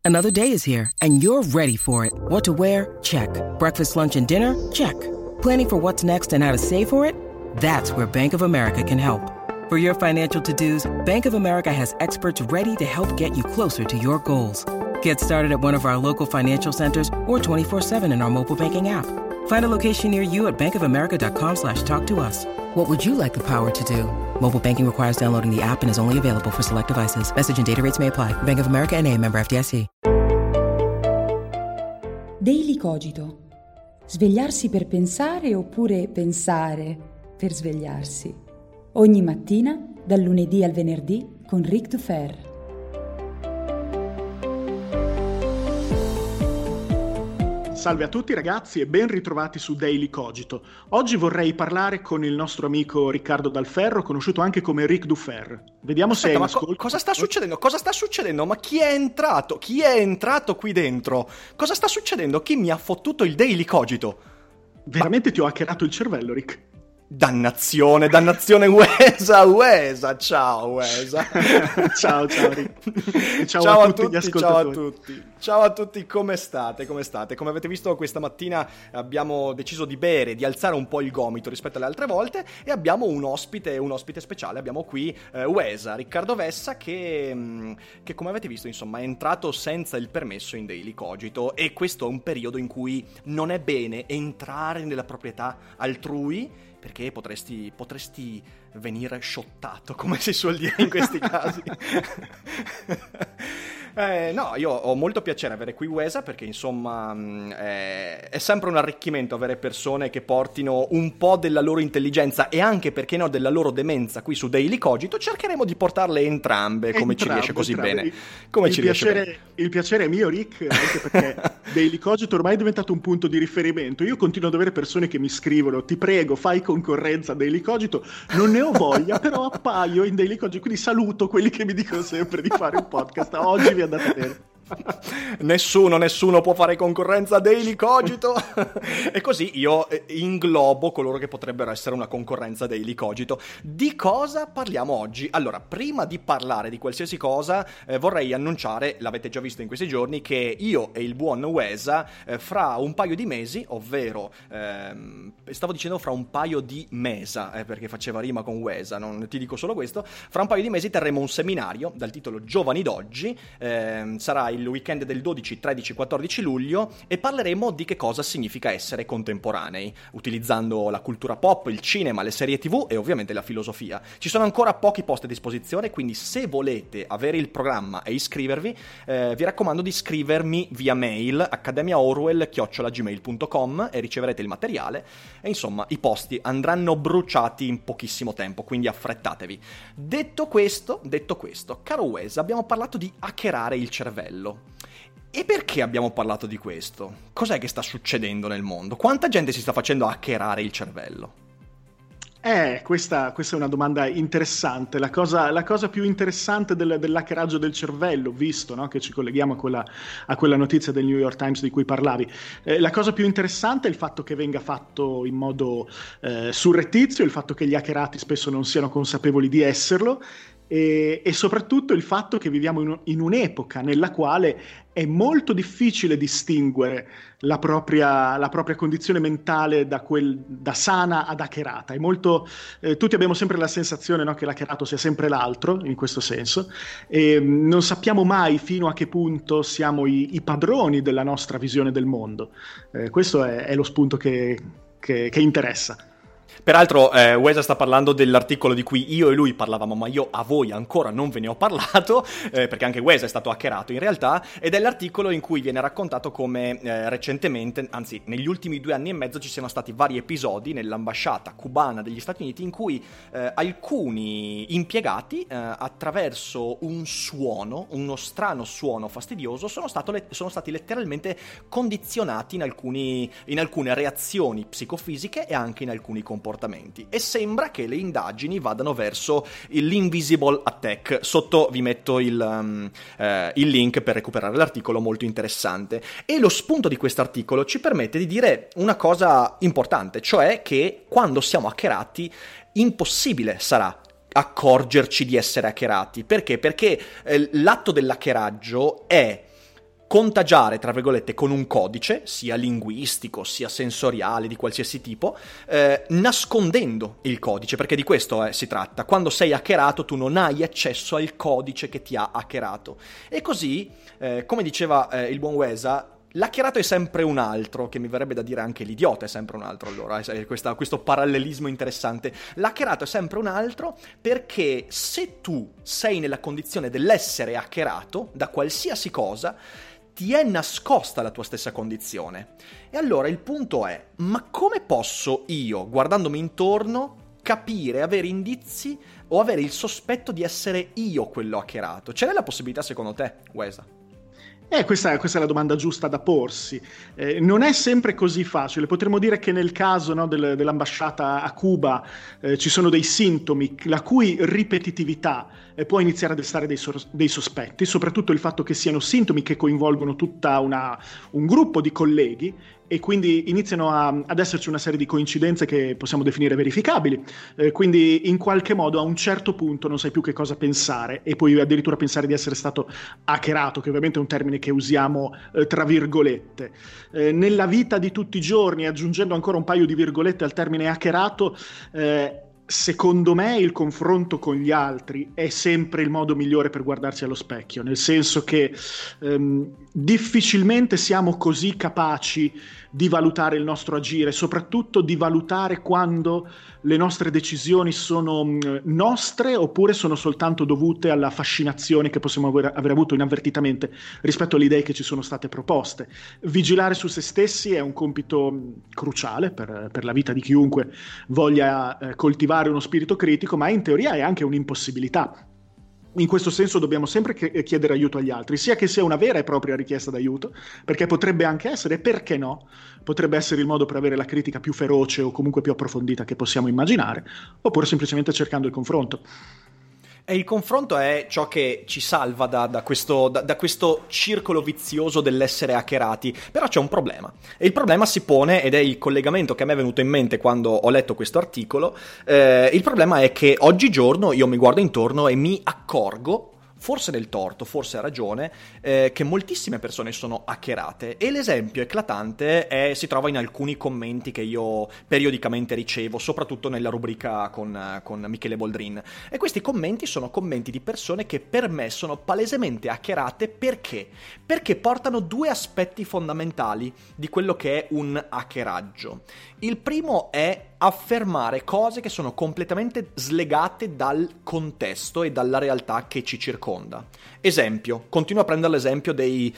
Another day is here, and you're ready for it. What to wear? Check. Breakfast, lunch, and dinner? Check. Planning for what's next and how to save for it? That's where Bank of America can help. For your financial to-dos, Bank of America has experts ready to help get you closer to your goals. Get started at one of our local financial centers or 24/7 in our mobile banking app. Find a location near you at bankofamerica.com/talktous. What would you like the power to do? Mobile banking requires downloading the app and is only available for select devices. Message and data rates may apply. Bank of America N.A., member FDIC. Daily Cogito. Svegliarsi per pensare oppure pensare per svegliarsi. Ogni mattina, dal lunedì al venerdì, con Ric Dufer. Salve a tutti ragazzi e ben ritrovati su Daily Cogito. Oggi vorrei parlare con il nostro amico Riccardo Dalferro, conosciuto anche come Ric Dufer. Vediamo se è in ascolto. Cosa sta succedendo? Cosa sta succedendo? Ma chi è entrato? Chi è entrato qui dentro? Cosa sta succedendo? Chi mi ha fottuto il Daily Cogito? Veramente ti ho hackerato il cervello, Ric? Dannazione, Uesa, ciao Uesa. ciao Ric. Ciao a tutti gli ascoltatori. Ciao a tutti, come state? Come avete visto questa mattina abbiamo deciso di alzare un po' il gomito rispetto alle altre volte e abbiamo un ospite speciale, abbiamo qui Uesa, Riccardo Vessa che come avete visto insomma è entrato senza il permesso in Daily Cogito e questo è un periodo in cui non è bene entrare nella proprietà altrui perché potresti venire shottato, come si suol dire in questi casi. No, io ho molto piacere avere qui Uesa perché insomma è sempre un arricchimento avere persone che portino un po' della loro intelligenza e anche, perché no, della loro demenza qui su Daily Cogito. Cercheremo di portarle entrambe come ci riesce così bene. Il piacere è mio, Ric, anche perché Daily Cogito ormai è diventato un punto di riferimento. Io continuo ad avere persone che mi scrivono: ti prego, fai concorrenza a Daily Cogito. Non ne ho voglia, però appaio in Daily Cogito, quindi saluto quelli che mi dicono sempre di fare un podcast. Oggi vi è andata bene. Nessuno può fare concorrenza a Daily Cogito. E così io inglobo coloro che potrebbero essere una concorrenza a Daily Cogito. Di cosa parliamo oggi? Allora, prima di parlare di qualsiasi cosa vorrei annunciare, l'avete già visto in questi giorni, che io e il buon Uesa fra un paio di mesi, ovvero stavo dicendo fra un paio di mesa, perché faceva rima con Uesa, non ti dico solo questo, fra un paio di mesi terremo un seminario dal titolo Giovani d'oggi, sarà il weekend del 12, 13, 14 luglio e parleremo di che cosa significa essere contemporanei, utilizzando la cultura pop, il cinema, le serie TV e ovviamente la filosofia. Ci sono ancora pochi posti a disposizione, quindi se volete avere il programma e iscrivervi, vi raccomando di iscrivermi via mail academiaorwell@gmail.com e riceverete il materiale e insomma i posti andranno bruciati in pochissimo tempo, quindi affrettatevi. Detto questo, caro Uesa, abbiamo parlato di hackerare il cervello. E perché abbiamo parlato di questo? Cos'è che sta succedendo nel mondo? Quanta gente si sta facendo hackerare il cervello? Questa è una domanda interessante. La cosa più interessante dell'hackeraggio del cervello, visto, no, che ci colleghiamo a quella notizia del New York Times di cui parlavi, la cosa più interessante è il fatto che venga fatto in modo surrettizio, il fatto che gli hackerati spesso non siano consapevoli di esserlo, e soprattutto il fatto che viviamo in un'epoca nella quale è molto difficile distinguere la propria condizione mentale da sana ad hackerata. È molto, tutti abbiamo sempre la sensazione, no, che l'hackerato sia sempre l'altro, in questo senso, e non sappiamo mai fino a che punto siamo i padroni della nostra visione del mondo. Questo è lo spunto che interessa. Peraltro Uesa sta parlando dell'articolo di cui io e lui parlavamo, ma io a voi ancora non ve ne ho parlato, perché anche Uesa è stato hackerato in realtà, ed è l'articolo in cui viene raccontato come recentemente, anzi negli ultimi 2 anni e mezzo, ci siano stati vari episodi nell'ambasciata cubana degli Stati Uniti in cui alcuni impiegati attraverso uno strano suono fastidioso, sono stati letteralmente condizionati in alcune reazioni psicofisiche e anche in alcuni comportamenti. E sembra che le indagini vadano verso l'Invisible Attack. Sotto vi metto il link per recuperare l'articolo, molto interessante. E lo spunto di quest'articolo ci permette di dire una cosa importante, cioè che quando siamo hackerati impossibile sarà accorgerci di essere hackerati. Perché? Perché l'atto dell'hackeraggio è contagiare, tra virgolette, con un codice, sia linguistico, sia sensoriale, di qualsiasi tipo, nascondendo il codice, perché di questo si tratta. Quando sei hackerato tu non hai accesso al codice che ti ha hackerato. E così, come diceva il buon Wesa, l'hackerato è sempre un altro, che mi verrebbe da dire anche l'idiota è sempre un altro, allora, questo parallelismo interessante. L'hackerato è sempre un altro perché se tu sei nella condizione dell'essere hackerato da qualsiasi cosa, ti è nascosta la tua stessa condizione. E allora il punto è, ma come posso io, guardandomi intorno, capire, avere indizi o avere il sospetto di essere io quello hackerato? Ce n'è la possibilità secondo te, Wesa? Questa è la domanda giusta da porsi. Non è sempre così facile. Potremmo dire che nel caso, no, dell'ambasciata a Cuba ci sono dei sintomi la cui ripetitività può iniziare a destare dei sospetti, soprattutto il fatto che siano sintomi che coinvolgono un gruppo di colleghi e quindi iniziano ad esserci una serie di coincidenze che possiamo definire verificabili. Quindi in qualche modo a un certo punto non sai più che cosa pensare e puoi addirittura pensare di essere stato hackerato, che ovviamente è un termine che usiamo tra virgolette. Nella vita di tutti i giorni, aggiungendo ancora un paio di virgolette al termine hackerato, secondo me il confronto con gli altri è sempre il modo migliore per guardarsi allo specchio, nel senso che difficilmente siamo così capaci di valutare il nostro agire, soprattutto di valutare quando le nostre decisioni sono nostre oppure sono soltanto dovute alla fascinazione che possiamo aver avuto inavvertitamente rispetto alle idee che ci sono state proposte. Vigilare su se stessi è un compito cruciale per la vita di chiunque voglia coltivare uno spirito critico, ma in teoria è anche un'impossibilità. In questo senso dobbiamo sempre chiedere aiuto agli altri, sia che sia una vera e propria richiesta d'aiuto, perché potrebbe anche essere, perché no, potrebbe essere il modo per avere la critica più feroce o comunque più approfondita che possiamo immaginare, oppure semplicemente cercando il confronto. E il confronto è ciò che ci salva da questo circolo vizioso dell'essere hackerati. Però c'è un problema. E il problema si pone, ed è il collegamento che a me è venuto in mente quando ho letto questo articolo. Il problema è che oggigiorno io mi guardo intorno e mi accorgo, forse nel torto, forse ha ragione, che moltissime persone sono hackerate, e l'esempio eclatante si trova in alcuni commenti che io periodicamente ricevo, soprattutto nella rubrica con Michele Boldrin, e questi commenti sono commenti di persone che per me sono palesemente hackerate. Perché? Perché portano due aspetti fondamentali di quello che è un hackeraggio. Il primo è affermare cose che sono completamente slegate dal contesto e dalla realtà che ci circonda. Esempio, continuo a prendere l'esempio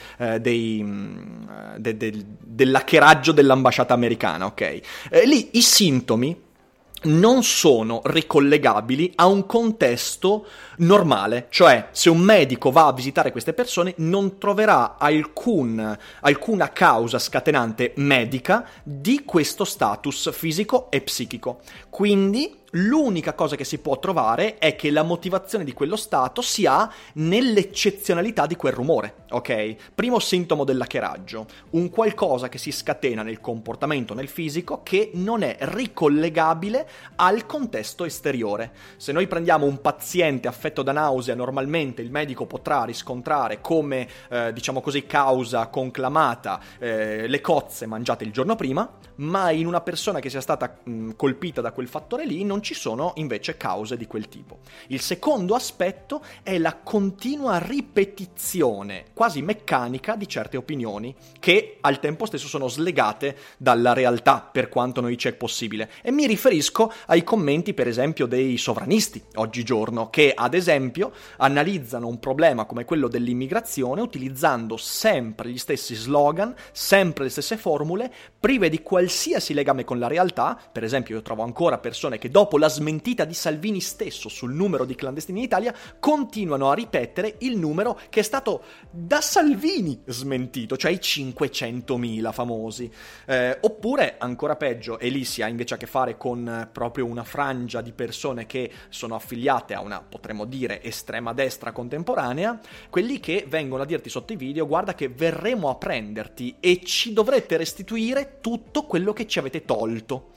dell'hackeraggio dell'ambasciata americana, ok? Lì i sintomi non sono ricollegabili a un contesto normale, cioè se un medico va a visitare queste persone non troverà alcuna causa scatenante medica di questo status fisico e psichico. Quindi l'unica cosa che si può trovare è che la motivazione di quello stato si ha nell'eccezionalità di quel rumore, ok? Primo sintomo dell'hackeraggio, un qualcosa che si scatena nel comportamento, nel fisico, che non è ricollegabile al contesto esteriore. Se noi prendiamo un paziente affetto da nausea, normalmente il medico potrà riscontrare come, diciamo così, causa conclamata le cozze mangiate il giorno prima, ma in una persona che sia stata colpita da quel fattore lì non ci sono invece cause di quel tipo. Il secondo aspetto è la continua ripetizione quasi meccanica di certe opinioni che al tempo stesso sono slegate dalla realtà per quanto noi ci è possibile, e mi riferisco ai commenti per esempio dei sovranisti oggigiorno che ad esempio analizzano un problema come quello dell'immigrazione utilizzando sempre gli stessi slogan, sempre le stesse formule, prive di qualsiasi legame con la realtà. Per esempio io trovo ancora persone che dopo la smentita di Salvini stesso sul numero di clandestini in Italia continuano a ripetere il numero che è stato da Salvini smentito, cioè i 500.000 famosi. Oppure ancora peggio, e lì si ha invece a che fare con proprio una frangia di persone che sono affiliate a una, potremmo dire, estrema destra contemporanea, quelli che vengono a dirti sotto i video: guarda che verremo a prenderti e ci dovrete restituire tutto quello che ci avete tolto.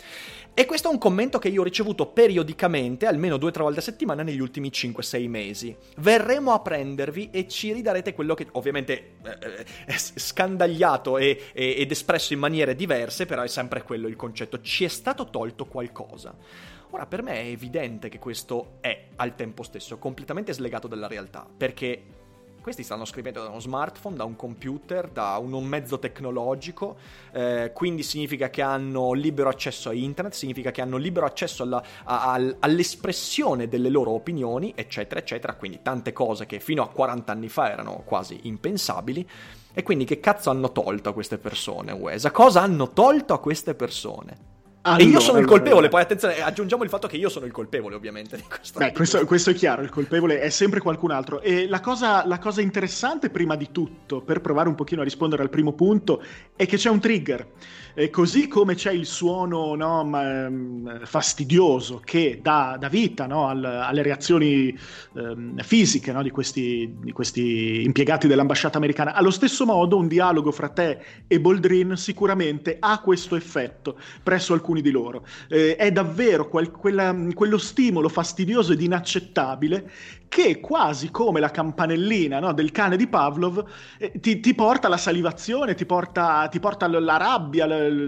E questo è un commento che io ho ricevuto periodicamente, almeno 2 o 3 volte a settimana negli ultimi 5-6 mesi. Verremo a prendervi e ci ridarete quello che ovviamente è scandagliato ed espresso in maniere diverse, però è sempre quello il concetto. Ci è stato tolto qualcosa. Ora, per me è evidente che questo è al tempo stesso completamente slegato dalla realtà, perché questi stanno scrivendo da uno smartphone, da un computer, da un mezzo tecnologico, quindi significa che hanno libero accesso a internet, significa che hanno libero accesso all'espressione delle loro opinioni, eccetera, eccetera, quindi tante cose che fino a 40 anni fa erano quasi impensabili. E quindi che cazzo hanno tolto a queste persone, Wesa? Cosa hanno tolto a queste persone? Allora, e io sono il colpevole, poi attenzione, aggiungiamo il fatto che io sono il colpevole ovviamente di questo. Beh, questo è chiaro, il colpevole è sempre qualcun altro. E la cosa interessante prima di tutto, per provare un pochino a rispondere al primo punto, è che c'è un trigger. Così come c'è il suono, no, fastidioso che dà vita, no, alle reazioni fisiche, no, di questi impiegati dell'ambasciata americana, allo stesso modo un dialogo fra te e Boldrin sicuramente ha questo effetto presso alcuni di loro. È davvero quello stimolo fastidioso ed inaccettabile che quasi come la campanellina, no, del cane di Pavlov ti porta alla salivazione, ti porta alla rabbia,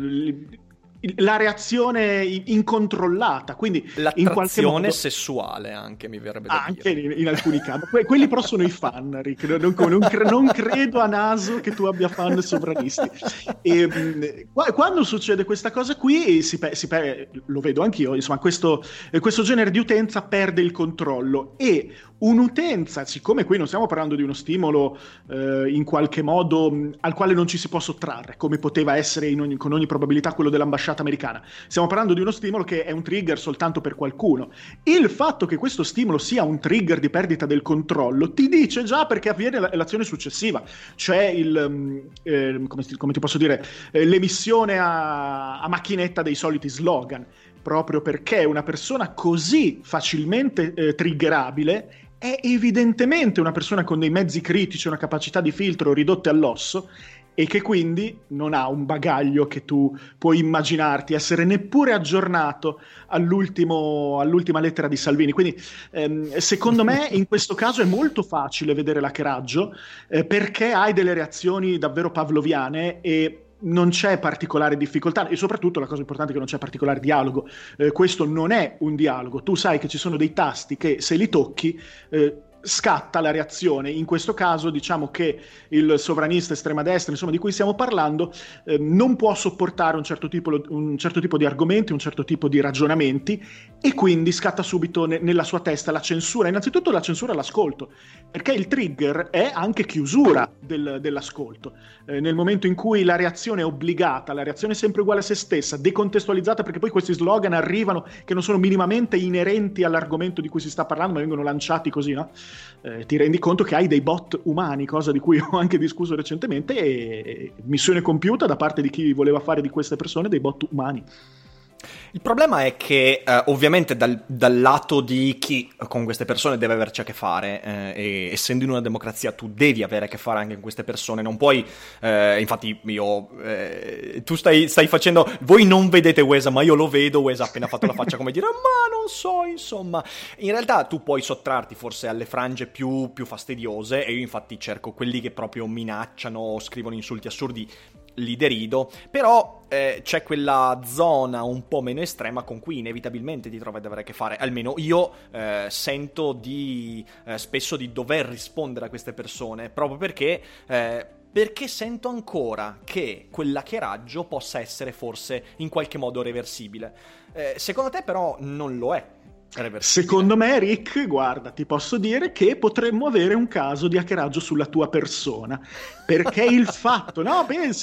la reazione incontrollata, quindi l'attrazione in qualche modo sessuale anche, mi verrebbe da anche dire. in alcuni casi. Quelli però sono i fan, Rick, non credo a naso che tu abbia fan sovranisti. E quando succede questa cosa qui lo vedo anch'io, insomma, questo genere di utenza perde il controllo, e un'utenza, siccome qui non stiamo parlando di uno stimolo in qualche modo al quale non ci si può sottrarre, come poteva essere con ogni probabilità quello dell'ambasciata americana, stiamo parlando di uno stimolo che è un trigger soltanto per qualcuno. Il fatto che questo stimolo sia un trigger di perdita del controllo ti dice già perché avviene l'azione successiva, cioè come ti posso dire, l'emissione a macchinetta dei soliti slogan, proprio perché una persona così facilmente triggerabile è evidentemente una persona con dei mezzi critici, una capacità di filtro ridotte all'osso, e che quindi non ha un bagaglio che tu puoi immaginarti essere neppure aggiornato all'ultima lettera di Salvini. Quindi secondo me in questo caso è molto facile vedere l'hackeraggio, perché hai delle reazioni davvero pavloviane e non c'è particolare difficoltà, e soprattutto la cosa importante è che non c'è particolare dialogo. Questo non è un dialogo, tu sai che ci sono dei tasti che se li tocchi scatta la reazione. In questo caso diciamo che il sovranista estrema destra, insomma, di cui stiamo parlando, non può sopportare un certo tipo di argomenti, un certo tipo di ragionamenti, e quindi scatta subito nella sua testa la censura, innanzitutto la censura all'ascolto, perché il trigger è anche chiusura dell'ascolto. Nel momento in cui la reazione è obbligata, la reazione è sempre uguale a se stessa, decontestualizzata, perché poi questi slogan arrivano che non sono minimamente inerenti all'argomento di cui si sta parlando, ma vengono lanciati così, no? Ti rendi conto che hai dei bot umani, cosa di cui ho anche discusso recentemente, e missione compiuta da parte di chi voleva fare di queste persone dei bot umani. Il problema è che ovviamente dal lato di chi con queste persone deve averci a che fare, e essendo in una democrazia tu devi avere a che fare anche con queste persone, non puoi, infatti tu stai facendo, voi non vedete Wesa ma io lo vedo, Wesa ha appena fatto la faccia come dire ma non so, insomma, in realtà tu puoi sottrarti forse alle frange più fastidiose, e io infatti cerco quelli che proprio minacciano o scrivono insulti assurdi, li derido, però c'è quella zona un po' meno estrema con cui inevitabilmente ti trovi ad avere a che fare. Almeno io sento spesso di dover rispondere a queste persone, proprio perché sento ancora che quell'hackeraggio possa essere forse in qualche modo reversibile. Secondo te però non lo è? Secondo me, Rick, guarda, ti posso dire che potremmo avere un caso di hackeraggio sulla tua persona, perché il fatto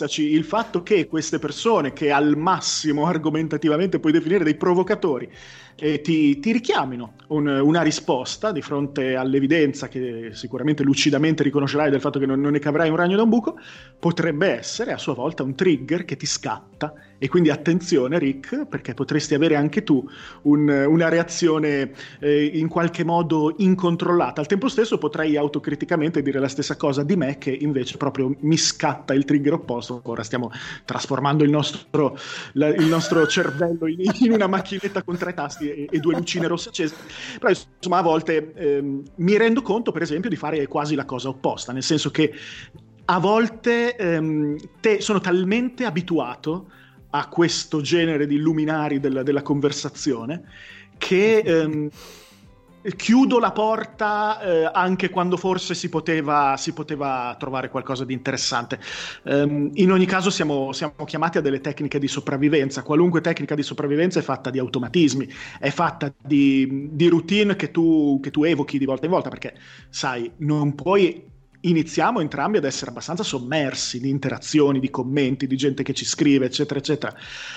che queste persone, che al massimo argomentativamente puoi definire dei provocatori, e ti richiamino una risposta di fronte all'evidenza che sicuramente lucidamente riconoscerai del fatto che non ne cavrai un ragno da un buco, potrebbe essere a sua volta un trigger che ti scatta. E quindi attenzione Rick, perché potresti avere anche tu una reazione in qualche modo incontrollata. Al tempo stesso potrai autocriticamente dire la stessa cosa di me, che invece proprio mi scatta il trigger opposto. Ora stiamo trasformando il nostro cervello in una macchinetta con 3 tasti e 2 lucine rosse accese. Però insomma a volte mi rendo conto per esempio di fare quasi la cosa opposta, nel senso che a volte sono talmente abituato a questo genere di luminari della conversazione che chiudo la porta anche quando forse si poteva trovare qualcosa di interessante. In ogni caso siamo chiamati a delle tecniche di sopravvivenza. Qualunque tecnica di sopravvivenza è fatta di automatismi, è fatta di routine che tu evochi di volta in volta, perché sai, non puoi. Iniziamo entrambi ad essere abbastanza sommersi di interazioni, di commenti, di gente che ci scrive, eccetera, eccetera.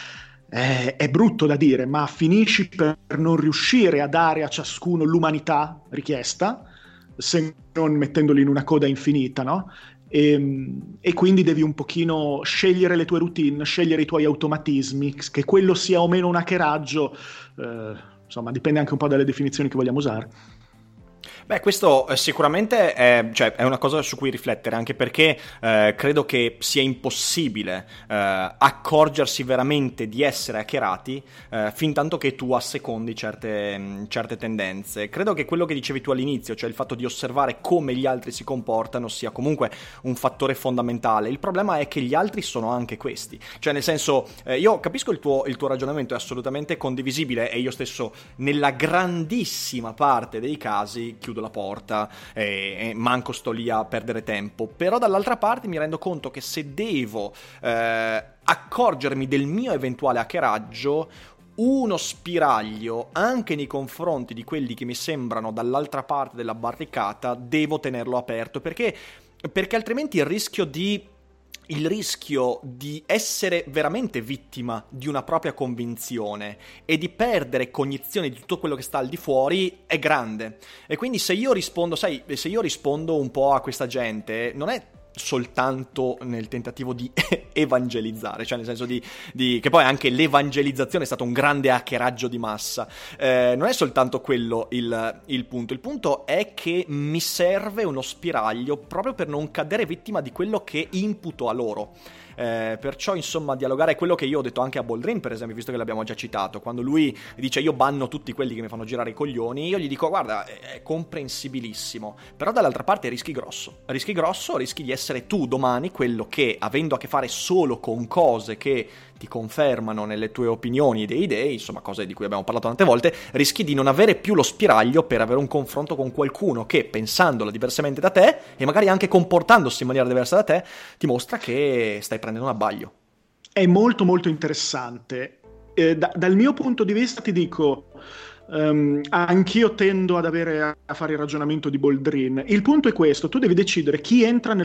È brutto da dire, ma finisci per non riuscire a dare a ciascuno l'umanità richiesta, se non mettendoli in una coda infinita, no? E quindi devi un pochino scegliere le tue routine, scegliere i tuoi automatismi, che quello sia o meno un hackeraggio, insomma, dipende anche un po' dalle definizioni che vogliamo usare. Beh, questo sicuramente è una cosa su cui riflettere, anche perché credo che sia impossibile accorgersi veramente di essere hackerati fin tanto che tu assecondi certe tendenze. Credo che quello che dicevi tu all'inizio, cioè il fatto di osservare come gli altri si comportano, sia comunque un fattore fondamentale. Il problema è che gli altri sono anche questi, cioè nel senso, io capisco il tuo ragionamento, è assolutamente condivisibile, e io stesso nella grandissima parte dei casi chiudo la porta e manco sto lì a perdere tempo. Però dall'altra parte mi rendo conto che se devo accorgermi del mio eventuale hackeraggio, uno spiraglio anche nei confronti di quelli che mi sembrano dall'altra parte della barricata devo tenerlo aperto, perché altrimenti il rischio di essere veramente vittima di una propria convinzione e di perdere cognizione di tutto quello che sta al di fuori è grande. E quindi se io rispondo un po' a questa gente, non è soltanto nel tentativo di evangelizzare, cioè nel senso di che poi anche l'evangelizzazione è stato un grande hackeraggio di massa, non è soltanto quello il punto è che mi serve uno spiraglio proprio per non cadere vittima di quello che imputo a loro. Perciò insomma dialogare è quello che io ho detto anche a Boldrin, per esempio, visto che l'abbiamo già citato, quando lui dice io banno tutti quelli che mi fanno girare i coglioni, io gli dico guarda, è comprensibilissimo, però dall'altra parte rischi grosso, rischi di essere tu domani quello che, avendo a che fare solo con cose che ti confermano nelle tue opinioni e idee, insomma cose di cui abbiamo parlato tante volte, rischi di non avere più lo spiraglio per avere un confronto con qualcuno che, pensandola diversamente da te e magari anche comportandosi in maniera diversa da te, ti mostra che stai prendendo un abbaglio. È molto molto interessante. Dal mio punto di vista ti dico, anch'io tendo ad avere a fare il ragionamento di Boldrin. Il punto è questo: tu devi decidere chi entra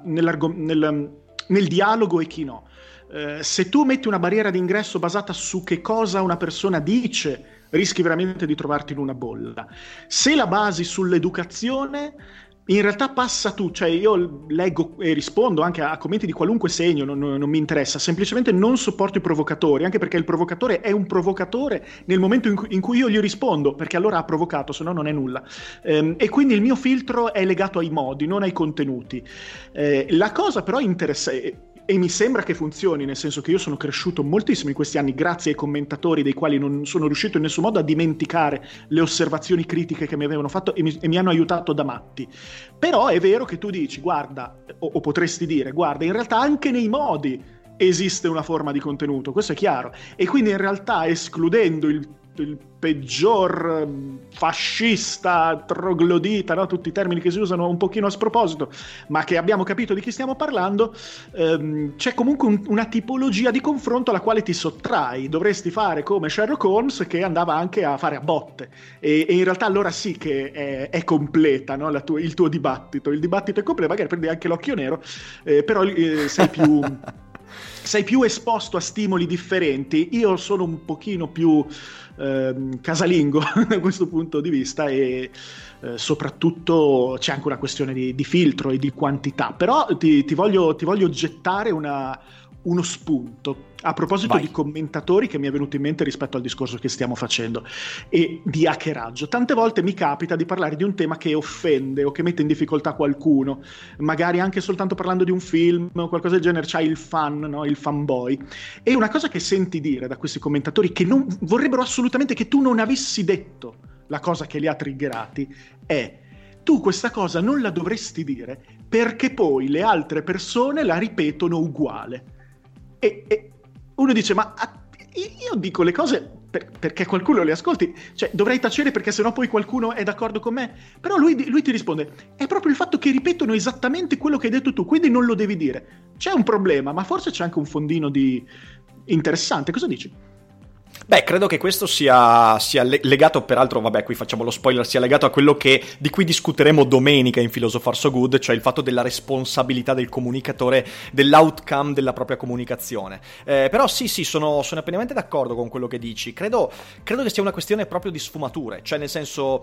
nel dialogo e chi no. Se tu metti una barriera d'ingresso basata su che cosa una persona dice, rischi veramente di trovarti in una bolla. Se la basi sull'educazione, in realtà passa tu, cioè io leggo e rispondo anche a commenti di qualunque segno, non mi interessa, semplicemente non sopporto i provocatori, anche perché il provocatore è un provocatore nel momento in cui io gli rispondo, perché allora ha provocato, se no non è nulla. E quindi il mio filtro è legato ai modi, non ai contenuti. La cosa però interessante, e mi sembra che funzioni, nel senso che io sono cresciuto moltissimo in questi anni grazie ai commentatori, dei quali non sono riuscito in nessun modo a dimenticare le osservazioni critiche che mi avevano fatto e mi hanno aiutato da matti. Però è vero che tu dici, guarda, o potresti dire, guarda, in realtà anche nei modi esiste una forma di contenuto, questo è chiaro. E quindi in realtà, escludendo il peggior fascista, troglodita, no? Tutti i termini che si usano un pochino a sproposito, ma che abbiamo capito di chi stiamo parlando, c'è comunque una tipologia di confronto alla quale ti sottrai. Dovresti fare come Sherlock Holmes, che andava anche a fare a botte, e in realtà allora sì che è completa, no? Il tuo dibattito. Il dibattito è completo, magari prendi anche l'occhio nero, però sei più sei più esposto a stimoli differenti. Io sono un pochino più casalingo da questo punto di vista, e soprattutto c'è anche una questione di filtro e di quantità. Però ti voglio gettare uno spunto a proposito Vai. di commentatori, che mi è venuto in mente rispetto al discorso che stiamo facendo, e di hackeraggio. Tante volte mi capita di parlare di un tema che offende o che mette in difficoltà qualcuno, magari anche soltanto parlando di un film o qualcosa del genere. C'hai il fan, no? Il fanboy, e una cosa che senti dire da questi commentatori, che non vorrebbero assolutamente che tu non avessi detto la cosa che li ha triggerati, è: tu questa cosa non la dovresti dire perché poi le altre persone la ripetono uguale. E uno dice: ma io dico le cose perché qualcuno le ascolti, cioè dovrei tacere perché sennò poi qualcuno è d'accordo con me. Però lui ti risponde: è proprio il fatto che ripetono esattamente quello che hai detto tu, quindi non lo devi dire. C'è un problema, ma forse c'è anche un fondino di interessante. Cosa dici? Beh, credo che questo sia legato, peraltro, vabbè, qui facciamo lo spoiler, sia legato a quello di cui discuteremo domenica in Philosopher So Good, cioè il fatto della responsabilità del comunicatore, dell'outcome della propria comunicazione. Però sì, sono pienamente d'accordo con quello che dici. Credo che sia una questione proprio di sfumature, cioè nel senso,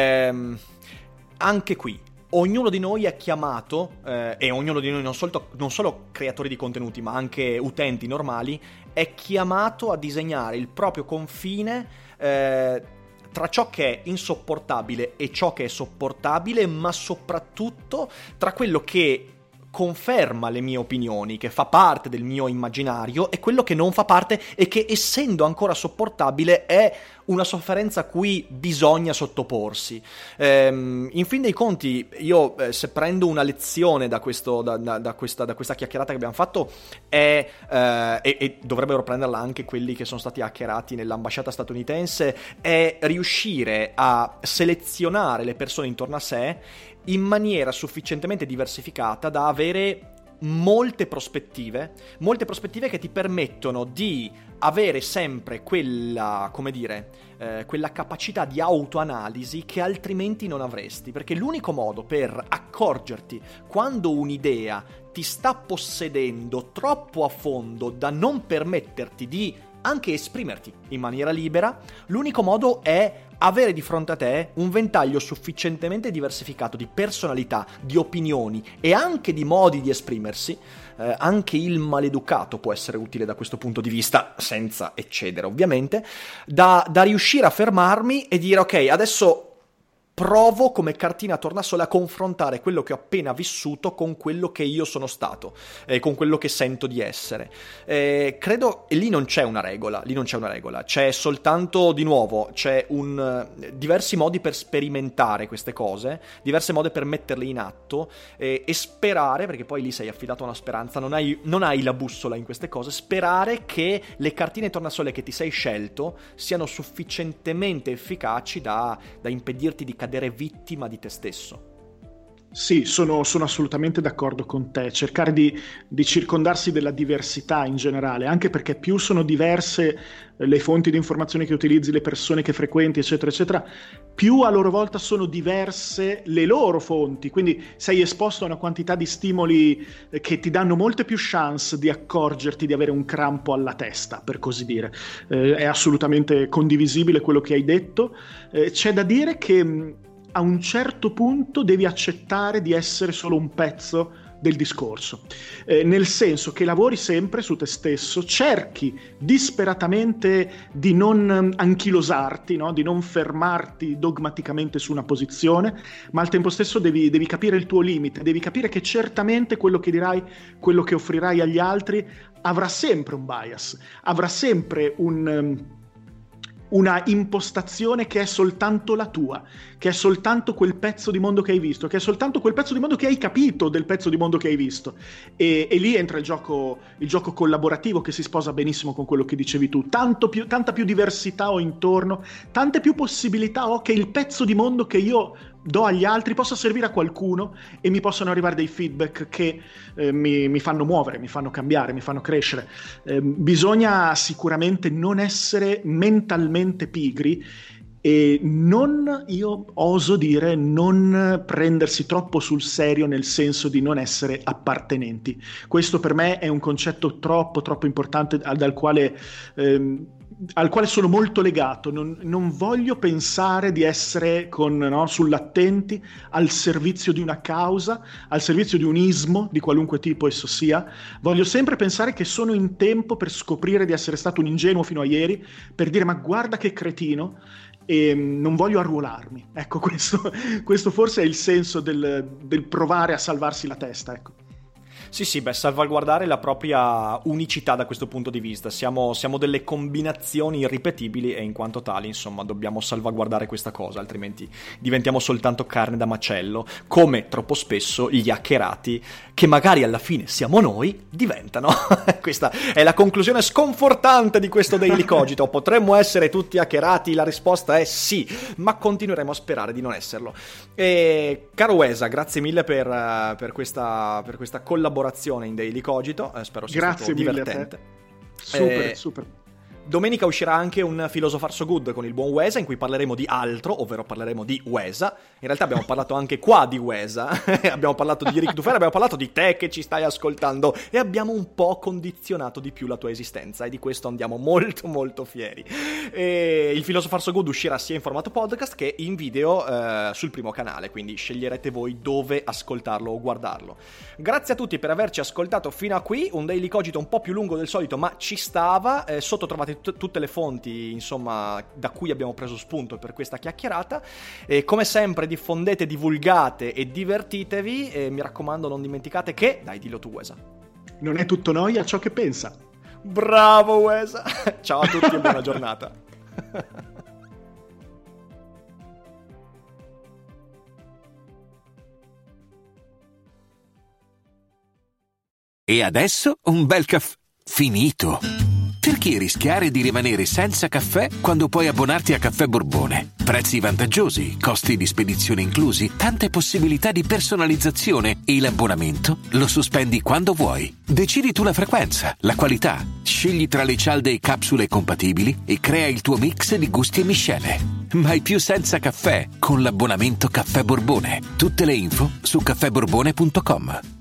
anche qui, ognuno di noi è chiamato, e ognuno di noi, non solo creatori di contenuti, ma anche utenti normali, è chiamato a disegnare il proprio confine tra ciò che è insopportabile e ciò che è sopportabile, ma soprattutto tra quello che conferma le mie opinioni, che fa parte del mio immaginario, e quello che non fa parte e che, essendo ancora sopportabile, è una sofferenza a cui bisogna sottoporsi. In fin dei conti, io se prendo una lezione da questa chiacchierata che abbiamo fatto, e dovrebbero prenderla anche quelli che sono stati hackerati nell'ambasciata statunitense, è riuscire a selezionare le persone intorno a sé in maniera sufficientemente diversificata da avere molte prospettive che ti permettono di avere sempre quella capacità di autoanalisi che altrimenti non avresti, perché l'unico modo per accorgerti quando un'idea ti sta possedendo troppo a fondo da non permetterti di anche esprimerti in maniera libera, l'unico modo è avere di fronte a te un ventaglio sufficientemente diversificato di personalità, di opinioni e anche di modi di esprimersi. Anche il maleducato può essere utile da questo punto di vista, senza eccedere ovviamente, da riuscire a fermarmi e dire: ok, adesso provo come cartina tornasole a confrontare quello che ho appena vissuto con quello che io sono stato, con quello che sento di essere. Credo, e lì non c'è una regola, c'è soltanto, di nuovo, diversi modi per sperimentare queste cose, diversi modi per metterle in atto, e sperare, perché poi lì sei affidato a una speranza, non hai la bussola in queste cose, sperare che le cartine tornasole che ti sei scelto siano sufficientemente efficaci da impedirti di cadere vittima di te stesso. Sì, sono assolutamente d'accordo con te. Cercare di circondarsi della diversità in generale, anche perché più sono diverse le fonti di informazione che utilizzi, le persone che frequenti, eccetera, eccetera, più a loro volta sono diverse le loro fonti. Quindi sei esposto a una quantità di stimoli che ti danno molte più chance di accorgerti di avere un crampo alla testa, per così dire. È assolutamente condivisibile quello che hai detto. C'è da dire che a un certo punto devi accettare di essere solo un pezzo del discorso, nel senso che lavori sempre su te stesso, cerchi disperatamente di non anchilosarti, no? Di non fermarti dogmaticamente su una posizione, ma al tempo stesso devi capire il tuo limite, devi capire che certamente quello che dirai, quello che offrirai agli altri avrà sempre un bias, avrà sempre una impostazione che è soltanto la tua, che è soltanto quel pezzo di mondo che hai visto, che è soltanto quel pezzo di mondo che hai capito del pezzo di mondo che hai visto. E lì entra il gioco collaborativo, che si sposa benissimo con quello che dicevi tu. Tanta più diversità ho intorno, tante più possibilità ho che il pezzo di mondo che io do agli altri possa servire a qualcuno e mi possano arrivare dei feedback che mi fanno muovere, mi fanno cambiare, mi fanno crescere. Bisogna sicuramente non essere mentalmente pigri e io oso dire, non prendersi troppo sul serio, nel senso di non essere appartenenti. Questo per me è un concetto troppo importante al quale sono molto legato. Non voglio pensare di essere sull'attenti, al servizio di una causa, al servizio di un ismo di qualunque tipo esso sia. Voglio sempre pensare che sono in tempo per scoprire di essere stato un ingenuo fino a ieri, per dire ma guarda che cretino, e non voglio arruolarmi. Ecco, questo forse è il senso del provare a salvarsi la testa, ecco. Sì, salvaguardare la propria unicità da questo punto di vista. Siamo delle combinazioni irripetibili e in quanto tali, insomma, dobbiamo salvaguardare questa cosa, altrimenti diventiamo soltanto carne da macello, come troppo spesso gli hackerati, che magari alla fine siamo noi, diventano. Questa è la conclusione sconfortante di questo Daily Cogito. Potremmo essere tutti hackerati? La risposta è sì, ma continueremo a sperare di non esserlo. E, caro Wesa, grazie mille per questa collaborazione in Daily Cogito, spero sia stato divertente. Super. Domenica uscirà anche un Philosopher So Good con il buon Wesa, in cui parleremo di altro, ovvero parleremo di Wesa. In realtà abbiamo parlato anche qua di Wesa, abbiamo parlato di Rick Dufer, abbiamo parlato di te che ci stai ascoltando e abbiamo un po' condizionato di più la tua esistenza e di questo andiamo molto fieri. E il Philosopher So Good uscirà sia in formato podcast che in video sul primo canale, quindi sceglierete voi dove ascoltarlo o guardarlo. Grazie a tutti per averci ascoltato fino a qui, un Daily Cogito un po' più lungo del solito, ma ci stava. Sotto trovate tutte le fonti, insomma, da cui abbiamo preso spunto per questa chiacchierata. E come sempre diffondete, divulgate e divertitevi, e mi raccomando non dimenticate che, dai, dillo tu Wesa, non è tutto noia ciò che pensa. Bravo Wesa. Ciao a tutti e buona giornata. E adesso un bel caffè finito. Perché rischiare di rimanere senza caffè quando puoi abbonarti a Caffè Borbone? Prezzi vantaggiosi, costi di spedizione inclusi, tante possibilità di personalizzazione e l'abbonamento lo sospendi quando vuoi. Decidi tu la frequenza, la qualità, scegli tra le cialde e capsule compatibili e crea il tuo mix di gusti e miscele. Mai più senza caffè con l'abbonamento Caffè Borbone. Tutte le info su caffèborbone.com.